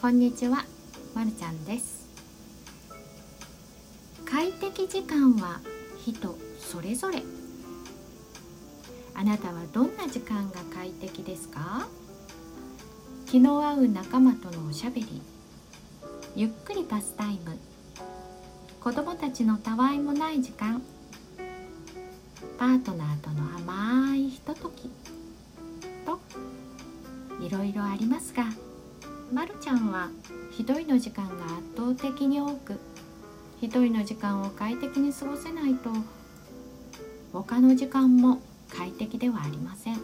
こんにちは、まるちゃんです。快適時間は人それぞれ。あなたはどんな時間が快適ですか？気の合う仲間とのおしゃべり、ゆっくりパスタイム、子供たちのたわいもない時間、パートナーとの甘いひとときといろいろありますが、まるちゃんは一人の時間が圧倒的に多く、一人の時間を快適に過ごせないと他の時間も快適ではありません。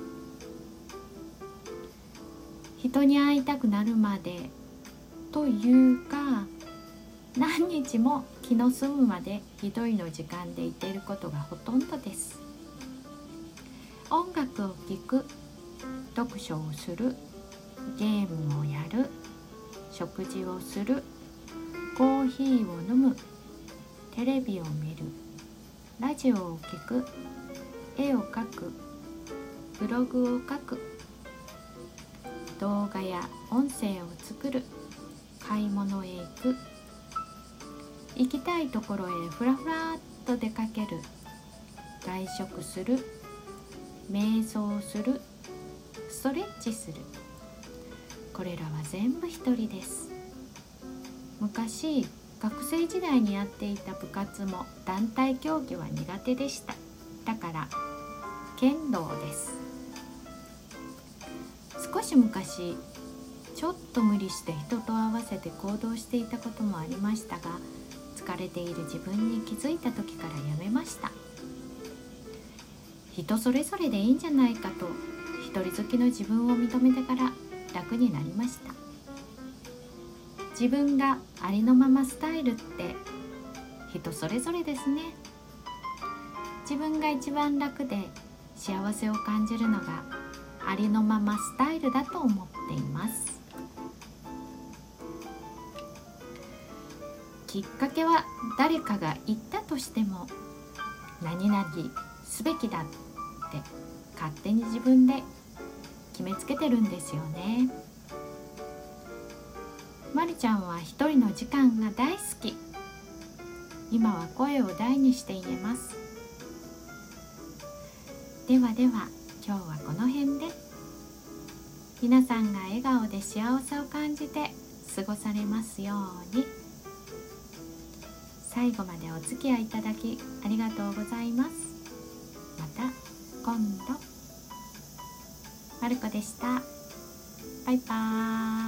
人に会いたくなるまでというか、何日も気の済むまで一人の時間でいていることがほとんどです。音楽を聴く、読書をする、ゲームをやる、食事をする、コーヒーを飲む、テレビを見る、ラジオを聴く、絵を描く、ブログを書く、動画や音声を作る、買い物へ行く、行きたいところへふらふらっと出かける、外食する、瞑想する、ストレッチする。これらは全部一人です。昔、学生時代にやっていた部活も団体競技は苦手でした。だから剣道です。少し昔、ちょっと無理して人と合わせて行動していたこともありましたが、疲れている自分に気づいた時からやめました。人それぞれでいいんじゃないかと、一人好きの自分を認めてから楽になりました。自分がありのままスタイルって人それぞれですね。自分が一番楽で幸せを感じるのがありのままスタイルだと思っています。きっかけは誰かが言ったとしても、何々すべきだって勝手に自分で決めつけてるんですよね。まるちゃんは一人の時間が大好き。今は声を大にして言えます。ではでは、今日はこの辺で。皆さんが笑顔で幸せを感じて過ごされますように。最後までお付き合いいただきありがとうございます。また今度。まるこでした。バイバーイ。